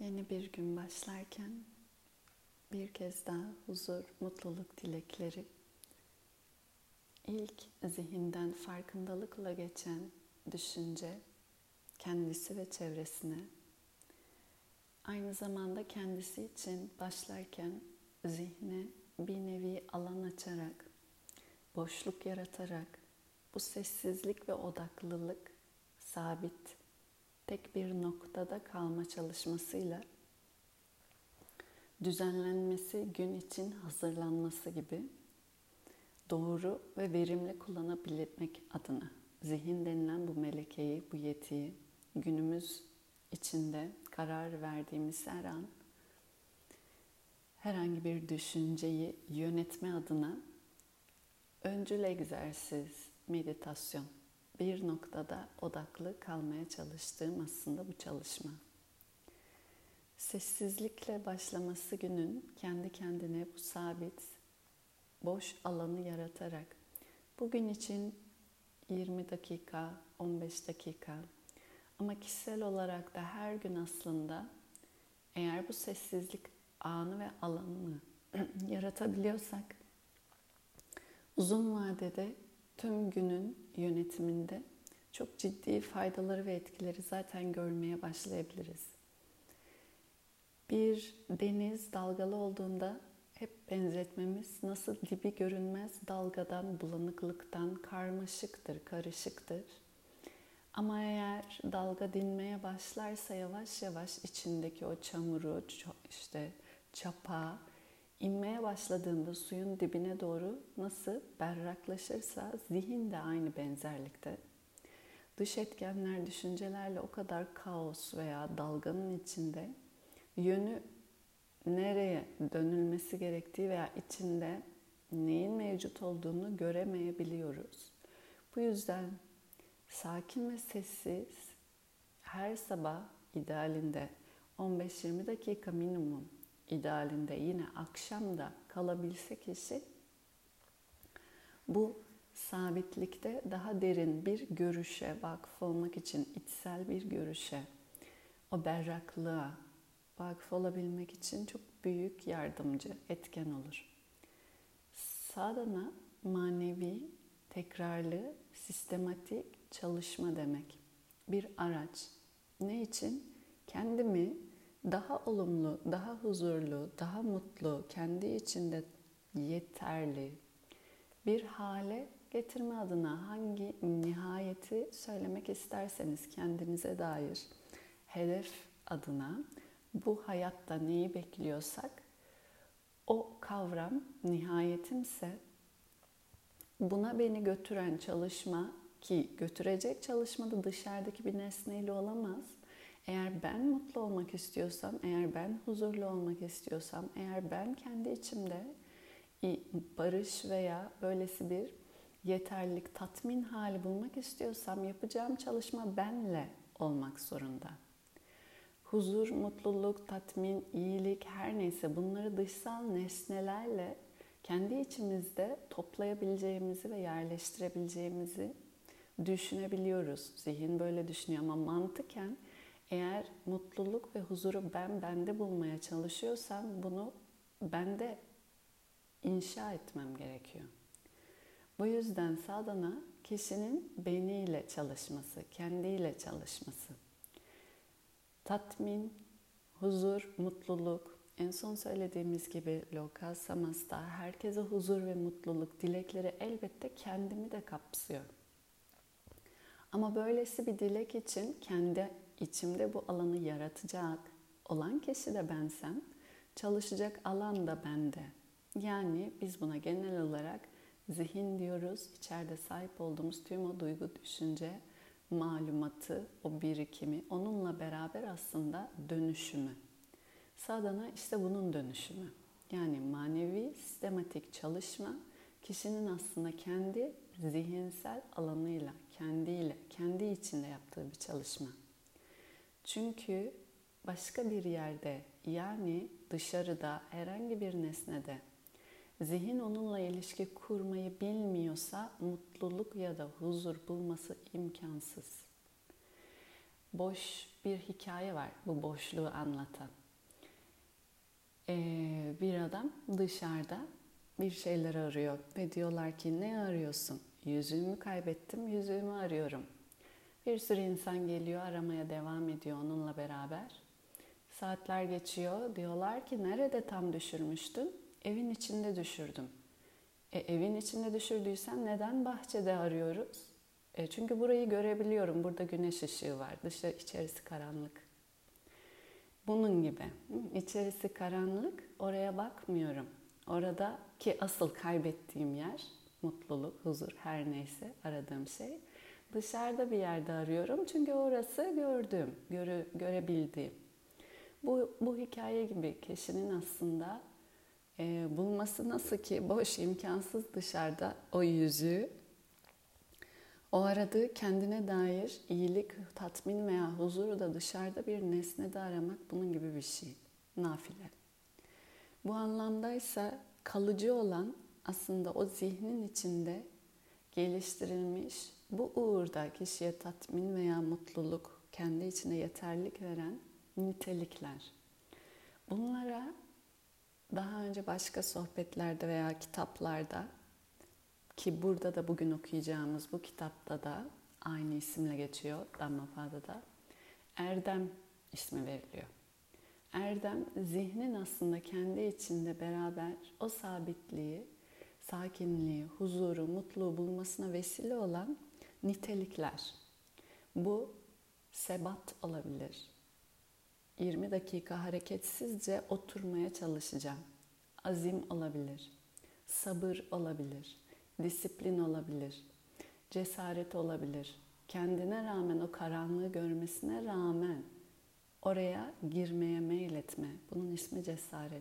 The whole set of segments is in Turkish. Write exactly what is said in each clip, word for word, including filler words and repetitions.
Yeni bir gün başlarken bir kez daha huzur, mutluluk dilekleri. İlk zihinden farkındalıkla geçen düşünce kendisi ve çevresine, aynı zamanda kendisi için başlarken zihne bir nevi alan açarak, boşluk yaratarak bu sessizlik ve odaklılık sabit, tek bir noktada kalma çalışmasıyla düzenlenmesi, gün için hazırlanması gibi doğru ve verimli kullanabilmek adına zihin denilen bu melekeyi, bu yetiyi günümüz içinde karar verdiğimiz her an herhangi bir düşünceyi yönetme adına öncül egzersiz, meditasyon, bir noktada odaklı kalmaya çalıştığım aslında bu çalışma. Sessizlikle başlaması günün kendi kendine bu sabit, boş alanı yaratarak bugün için yirmi dakika, on beş dakika ama kişisel olarak da her gün aslında eğer bu sessizlik anı ve alanını yaratabiliyorsak uzun vadede tüm günün yönetiminde çok ciddi faydaları ve etkileri zaten görmeye başlayabiliriz. Bir deniz dalgalı olduğunda hep benzetmemiz nasıl dibi görünmez dalgadan, bulanıklıktan karmaşıktır, karışıktır. Ama eğer dalga dinmeye başlarsa yavaş yavaş içindeki o çamuru, işte çapa inmeye başladığında suyun dibine doğru nasıl berraklaşırsa zihin de aynı benzerlikte. Dış etkenler, düşüncelerle o kadar kaos veya dalganın içinde yönü nereye dönülmesi gerektiği veya içinde neyin mevcut olduğunu göremeyebiliyoruz. Bu yüzden sakin ve sessiz her sabah idealinde on beş yirmi dakika minimum, idealinde yine akşamda kalabilse kişi bu sabitlikte daha derin bir görüşe vakıf olmak için içsel bir görüşe, o berraklığa vakıf olabilmek için çok büyük yardımcı, etken olur. Sadhana manevi, tekrarlı, sistematik çalışma demek. Bir araç. Ne için? Kendimi daha olumlu, daha huzurlu, daha mutlu, kendi içinde yeterli bir hale getirme adına hangi nihayeti söylemek isterseniz kendinize dair hedef adına bu hayatta neyi bekliyorsak o kavram nihayetimse buna beni götüren çalışma ki götürecek çalışma da dışarıdaki bir nesneyle olamaz. Eğer ben mutlu olmak istiyorsam, eğer ben huzurlu olmak istiyorsam, eğer ben kendi içimde barış veya böylesi bir yeterlilik, tatmin hali bulmak istiyorsam yapacağım çalışma benle olmak zorunda. Huzur, mutluluk, tatmin, iyilik her neyse bunları dışsal nesnelerle kendi içimizde toplayabileceğimizi ve yerleştirebileceğimizi düşünebiliyoruz. Zihin böyle düşünüyor ama mantıken eğer mutluluk ve huzuru ben bende bulmaya çalışıyorsam bunu bende inşa etmem gerekiyor. Bu yüzden sadhana kişinin beyniyle çalışması, kendiyle çalışması. Tatmin, huzur, mutluluk, en son söylediğimiz gibi Loka Samasta, herkese huzur ve mutluluk dilekleri elbette kendimi de kapsıyor. Ama böylesi bir dilek için kendi içimde bu alanı yaratacak olan kişi de bensem, çalışacak alan da bende. Yani biz buna genel olarak zihin diyoruz, içeride sahip olduğumuz tüm o duygu, düşünce, malumatı, o birikimi, onunla beraber aslında dönüşümü. Sadhana işte bunun dönüşümü. Yani manevi, sistematik çalışma, kişinin aslında kendi zihinsel alanıyla, kendiyle, kendi içinde yaptığı bir çalışma. Çünkü başka bir yerde, yani dışarıda, herhangi bir nesnede zihin onunla ilişki kurmayı bilmiyorsa mutluluk ya da huzur bulması imkansız. boş bir hikaye var bu boşluğu anlatan. Ee, bir adam dışarıda bir şeyler arıyor ve diyorlar ki ne arıyorsun? Yüzüğümü kaybettim, yüzüğümü arıyorum. Bir sürü insan geliyor, aramaya devam ediyor onunla beraber. Saatler geçiyor, diyorlar ki nerede tam düşürmüştün? Evin içinde düşürdüm. E, evin içinde düşürdüysen neden bahçede arıyoruz? E, çünkü burayı görebiliyorum, burada güneş ışığı var, dışı içerisi karanlık. Bunun gibi. İçerisi karanlık, oraya bakmıyorum. Orada ki asıl kaybettiğim yer, mutluluk, huzur, her neyse aradığım şey. Dışarıda bir yerde arıyorum çünkü orası gördüğüm, göre, görebildiğim. Bu, bu hikaye gibi kişinin aslında e, bulması nasıl ki boş, imkansız dışarıda o yüzüğü, o aradığı kendine dair iyilik, tatmin veya huzuru da dışarıda bir nesnede aramak bunun gibi bir şey. Nafile. Bu anlamdaysa kalıcı olan aslında o zihnin içinde geliştirilmiş, bu uğurda kişiye tatmin veya mutluluk, kendi içine yeterlik veren nitelikler. Bunlara daha önce başka sohbetlerde veya kitaplarda, ki burada da bugün okuyacağımız bu kitapta da aynı isimle geçiyor, Dhammapada'da, erdem ismi veriliyor. Erdem, zihnin aslında kendi içinde beraber o sabitliği, sakinliği, huzuru, mutluluğu bulmasına vesile olan nitelikler. Bu sebat olabilir. yirmi dakika hareketsizce oturmaya çalışacağım. Azim olabilir. Sabır olabilir. Disiplin olabilir. Cesaret olabilir. Kendine rağmen, o karanlığı görmesine rağmen oraya girmeye meyletme. Bunun ismi cesaret.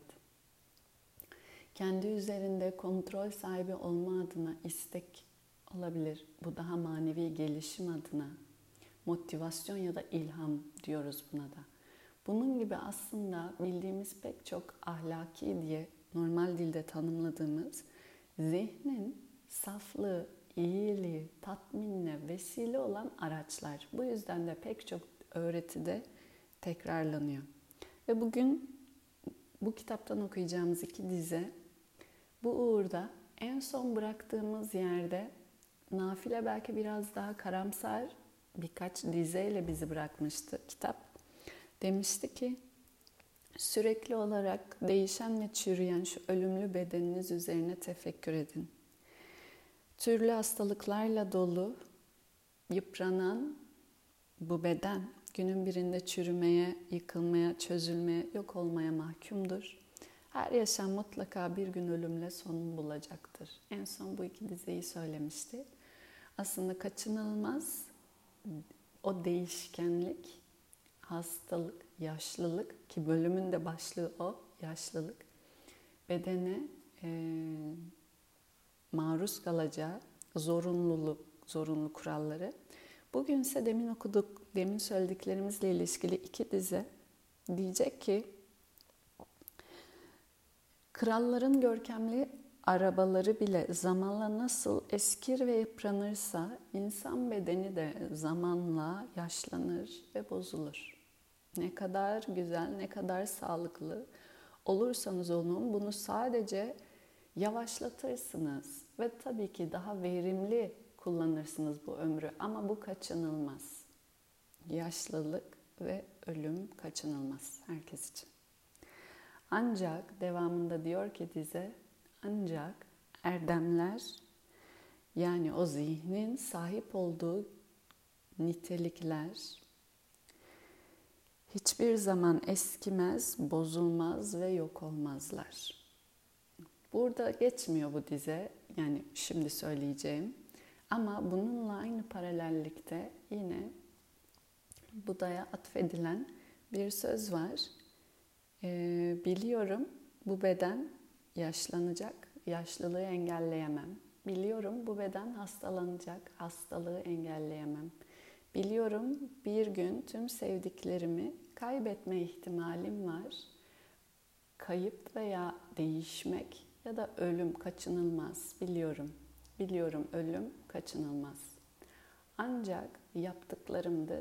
Kendi üzerinde kontrol sahibi olma adına istek olabilir. Bu daha manevi gelişim adına. Motivasyon ya da ilham diyoruz buna da. Bunun gibi aslında bildiğimiz pek çok ahlaki diye normal dilde tanımladığımız zihnin saflığı, iyiliği, tatminine vesile olan araçlar. Bu yüzden de pek çok öğretide tekrarlanıyor. Ve bugün bu kitaptan okuyacağımız iki dize bu uğurda en son bıraktığımız yerde Nafile belki biraz daha karamsar birkaç dizeyle bizi bırakmıştı kitap. Demişti ki sürekli olarak değişen ve çürüyen şu ölümlü bedeniniz üzerine tefekkür edin. Türlü hastalıklarla dolu, yıpranan bu beden günün birinde çürümeye, yıkılmaya, çözülmeye, yok olmaya mahkumdur. Her yaşam mutlaka bir gün ölümle son bulacaktır. En son bu iki dizeyi söylemişti. Aslında kaçınılmaz o değişkenlik, hastalık, yaşlılık ki bölümün de başlığı o, yaşlılık. Bedene e, maruz kalacağı zorunluluk, zorunlu kuralları. Bugünse demin okuduk, demin söylediklerimizle ilişkili iki dize diyecek ki kralların görkemli arabaları bile zamanla nasıl eskir ve yıpranırsa insan bedeni de zamanla yaşlanır ve bozulur. Ne kadar güzel, ne kadar sağlıklı olursanız olun bunu sadece yavaşlatırsınız ve tabii ki daha verimli kullanırsınız bu ömrü ama bu kaçınılmaz. Yaşlılık ve ölüm kaçınılmaz herkes için. Ancak devamında diyor ki dize, ancak erdemler yani o zihnin sahip olduğu nitelikler hiçbir zaman eskimez, bozulmaz ve yok olmazlar. Burada geçmiyor bu dize, yani şimdi söyleyeceğim. Ama bununla aynı paralellikte yine Buda'ya atfedilen bir söz var. Ee, biliyorum bu beden yaşlanacak, yaşlılığı engelleyemem. Biliyorum bu beden hastalanacak, hastalığı engelleyemem. Biliyorum bir gün tüm sevdiklerimi kaybetme ihtimalim var. Kayıp veya değişmek ya da ölüm kaçınılmaz. Biliyorum, biliyorum ölüm kaçınılmaz. Ancak yaptıklarımdır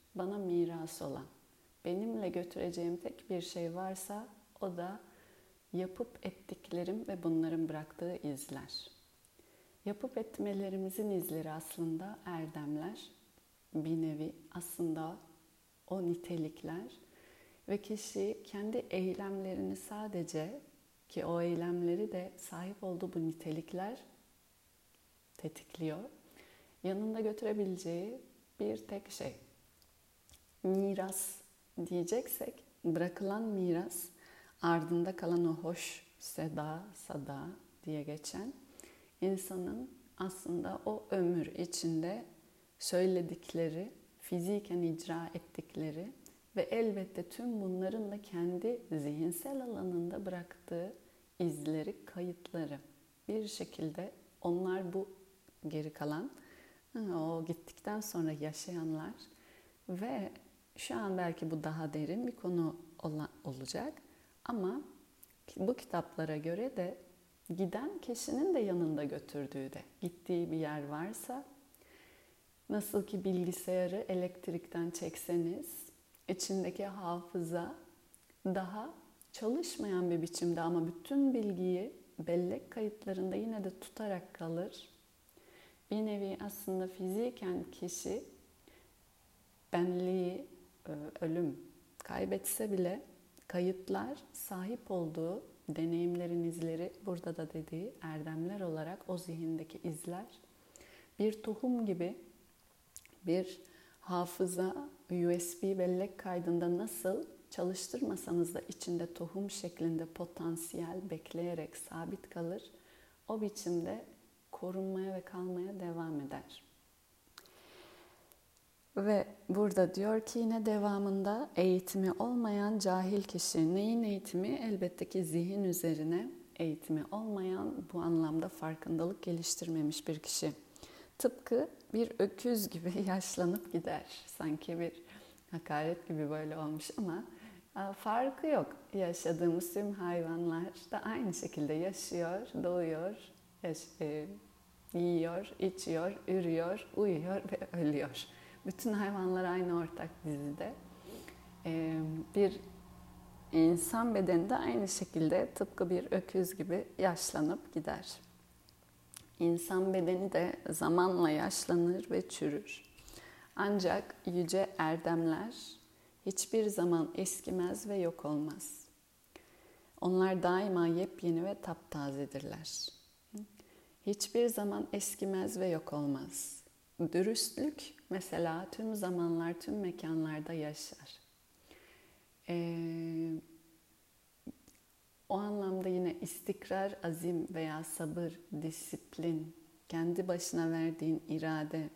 bana miras olan, benimle götüreceğim tek bir şey varsa o da yapıp ettiklerim ve bunların bıraktığı izler. Yapıp etmelerimizin izleri aslında erdemler, bir nevi aslında o nitelikler ve kişi kendi eylemlerini sadece, ki o eylemleri de sahip olduğu bu nitelikler tetikliyor, yanında götürebileceği bir tek şey. Miras diyeceksek, bırakılan miras, ardında kalan o hoş seda, sada diye geçen insanın aslında o ömür içinde söyledikleri, fiziken icra ettikleri ve elbette tüm bunların da kendi zihinsel alanında bıraktığı izleri, kayıtları. Bir şekilde onlar bu geri kalan, o gittikten sonra yaşayanlar ve şu an belki bu daha derin bir konu olacak ama bu kitaplara göre de giden kişinin de yanında götürdüğü de, gittiği bir yer varsa, nasıl ki bilgisayarı elektrikten çekseniz, içindeki hafıza daha çalışmayan bir biçimde ama bütün bilgiyi bellek kayıtlarında yine de tutarak kalır. Bir nevi aslında fiziken kişi benliği, ölüm kaybetse bile kayıtlar sahip olduğu deneyimlerin izleri, burada da dediği erdemler olarak o zihindeki izler bir tohum gibi, bir hafıza U S B bellek kaydında nasıl çalıştırmasanız da içinde tohum şeklinde potansiyel bekleyerek sabit kalır, o biçimde korunmaya ve kalmaya devam eder. Ve burada diyor ki yine devamında eğitimi olmayan cahil kişi, neyin eğitimi? Elbette ki zihin üzerine eğitimi olmayan, bu anlamda farkındalık geliştirmemiş bir kişi. Tıpkı bir öküz gibi yaşlanıp gider. Sanki bir hakaret gibi böyle olmuş ama farkı yok. Yaşadığımız tüm hayvanlar da aynı şekilde yaşıyor, doğuyor, yaş- yiyor, içiyor, ürüyor, uyuyor ve ölüyor. Bütün hayvanlar aynı ortak dizide. Bir insan bedeni de aynı şekilde tıpkı bir öküz gibi yaşlanıp gider. İnsan bedeni de zamanla yaşlanır ve çürür. Ancak yüce erdemler hiçbir zaman eskimez ve yok olmaz. Onlar daima yepyeni ve taptazedirler. Hiçbir zaman eskimez ve yok olmaz. Dürüstlük mesela tüm zamanlar, tüm mekanlarda yaşar. Ee, o anlamda yine istikrar, azim veya sabır, disiplin, kendi başına verdiğin irade.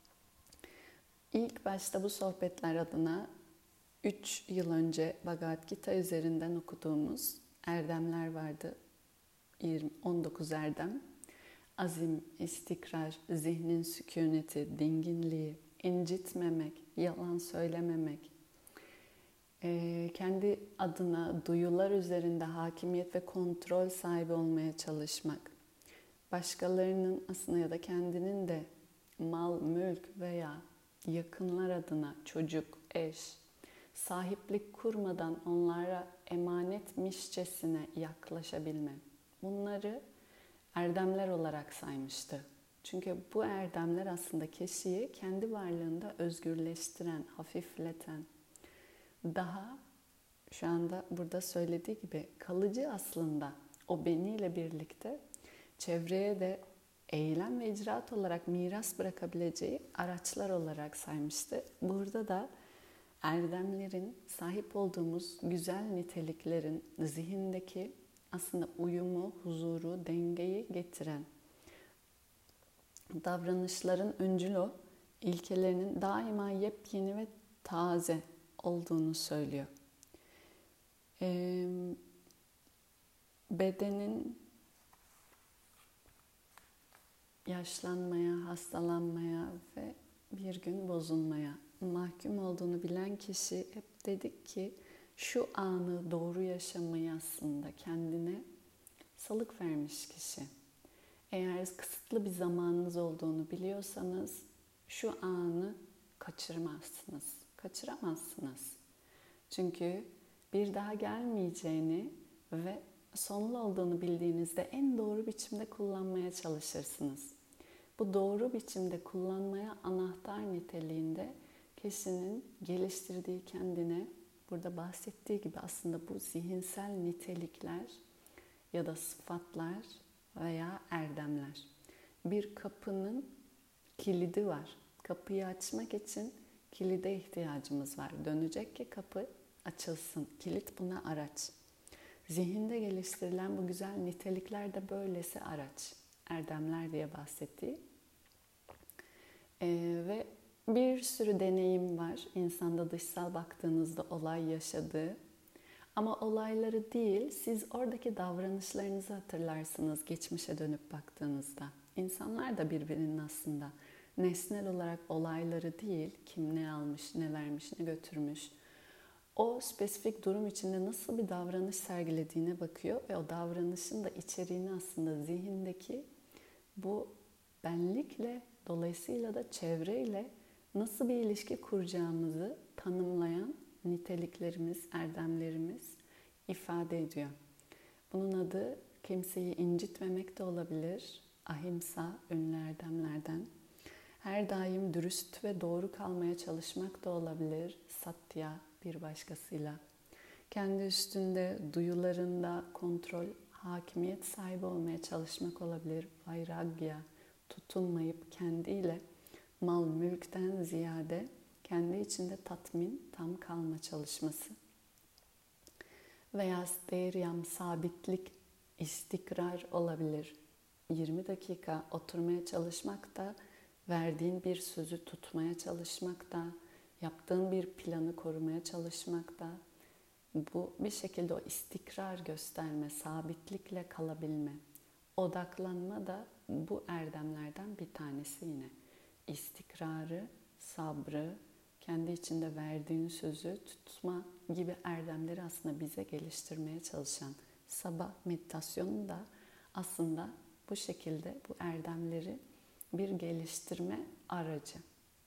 İlk başta bu sohbetler adına üç yıl önce Bhagavad Gita üzerinden okuduğumuz erdemler vardı. on dokuz erdem. Azim, istikrar, zihnin sükuneti, dinginliği, incitmemek, yalan söylememek, e, kendi adına duyular üzerinde hakimiyet ve kontrol sahibi olmaya çalışmak, başkalarının aslında ya da kendinin de mal, mülk veya yakınlar adına çocuk, eş, sahiplik kurmadan onlara emanetmişçesine yaklaşabilme. Bunları erdemler olarak saymıştı. Çünkü bu erdemler aslında kişiyi kendi varlığında özgürleştiren, hafifleten, daha şu anda burada söylediği gibi kalıcı aslında o beniyle birlikte çevreye de eylem ve icraat olarak miras bırakabileceği araçlar olarak saymıştı. Burada da erdemlerin, sahip olduğumuz güzel niteliklerin zihindeki aslında uyumu, huzuru, dengeyi getiren davranışların öncül o ilkelerinin daima yepyeni ve taze olduğunu söylüyor. Ee, bedenin yaşlanmaya, hastalanmaya ve bir gün bozulmaya mahkum olduğunu bilen kişi, hep dedik ki şu anı doğru yaşamayı aslında kendine salık vermiş kişi. Eğer kısıtlı bir zamanınız olduğunu biliyorsanız şu anı kaçırmazsınız. kaçıramazsınız. Çünkü bir daha gelmeyeceğini ve sonlu olduğunu bildiğinizde en doğru biçimde kullanmaya çalışırsınız. Bu doğru biçimde kullanmaya anahtar niteliğinde kişinin geliştirdiği kendine, burada bahsettiği gibi aslında bu zihinsel nitelikler ya da sıfatlar veya erdemler. Bir kapının kilidi var. Kapıyı açmak için kilide ihtiyacımız var. Dönecek ki kapı açılsın. Kilit buna araç. Zihinde geliştirilen bu güzel nitelikler de böylesi araç. Erdemler diye bahsettiği. Ee, ve bir sürü deneyim var. İnsanda dışsal baktığınızda olay yaşadığı. Ama olayları değil, siz oradaki davranışlarınızı hatırlarsınız geçmişe dönüp baktığınızda. İnsanlar da birbirinin aslında nesnel olarak olayları değil, kim ne almış, ne vermiş, ne götürmüş, o spesifik durum içinde nasıl bir davranış sergilediğine bakıyor ve o davranışın da içeriğini aslında zihindeki bu benlikle, dolayısıyla da çevreyle nasıl bir ilişki kuracağımızı tanımlayan niteliklerimiz, erdemlerimiz ifade ediyor. Bunun adı kimseyi incitmemek de olabilir. Ahimsa, ünlü erdemlerden. Her daim dürüst ve doğru kalmaya çalışmak da olabilir. Satya, bir başkasıyla. Kendi üstünde, duyularında kontrol, hakimiyet sahibi olmaya çalışmak olabilir. Vairagya, tutunmayıp kendiyle mal mülkten ziyade kendi içinde tatmin, tam kalma çalışması. Veya steiryam, sabitlik, istikrar olabilir. yirmi dakika oturmaya çalışmak da, verdiğin bir sözü tutmaya çalışmak da, yaptığın bir planı korumaya çalışmak da, bu bir şekilde o istikrar gösterme, sabitlikle kalabilme, odaklanma da bu erdemlerden bir tanesi yine. İstikrarı, sabrı, kendi içinde verdiğin sözü tutma gibi erdemleri aslında bize geliştirmeye çalışan sabah meditasyonu da aslında bu şekilde bu erdemleri bir geliştirme aracı.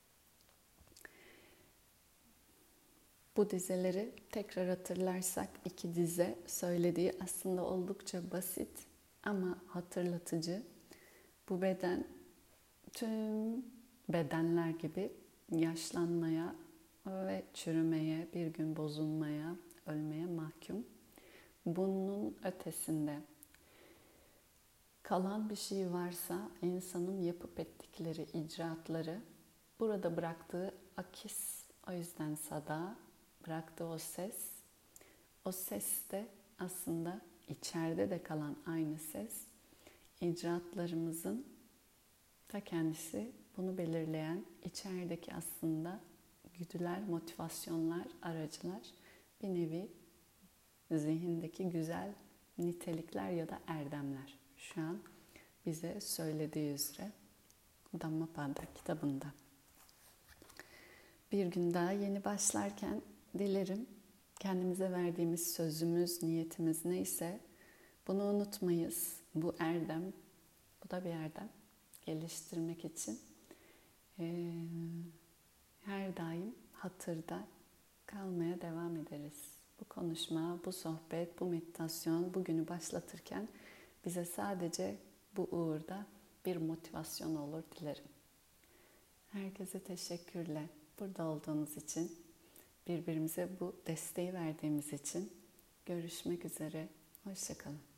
Bu dizeleri tekrar hatırlarsak iki dize söylediği aslında oldukça basit ama hatırlatıcı. Bu beden tüm bedenler gibi yaşlanmaya ve çürümeye, bir gün bozulmaya, ölmeye mahkum. Bunun ötesinde kalan bir şey varsa insanın yapıp ettikleri icraatları, burada bıraktığı akis, o yüzden sada, bıraktığı o ses, o ses de aslında içeride de kalan aynı ses, icraatlarımızın ta kendisi, bunu belirleyen içerideki aslında güdüler, motivasyonlar, aracılar, bir nevi zihindeki güzel nitelikler ya da erdemler. Şu an bize söylediği üzere Dhammapada kitabında. Bir gün daha yeni başlarken dilerim kendimize verdiğimiz sözümüz, niyetimiz neyse bunu unutmayız. Bu erdem, bu da bir erdem. Geliştirmek için e, her daim hatırda kalmaya devam ederiz. Bu konuşma, bu sohbet, bu meditasyon bugünü başlatırken bize sadece bu uğurda bir motivasyon olur dilerim. Herkese teşekkürler. Burada olduğunuz için, birbirimize bu desteği verdiğimiz için görüşmek üzere. Hoşça kalın.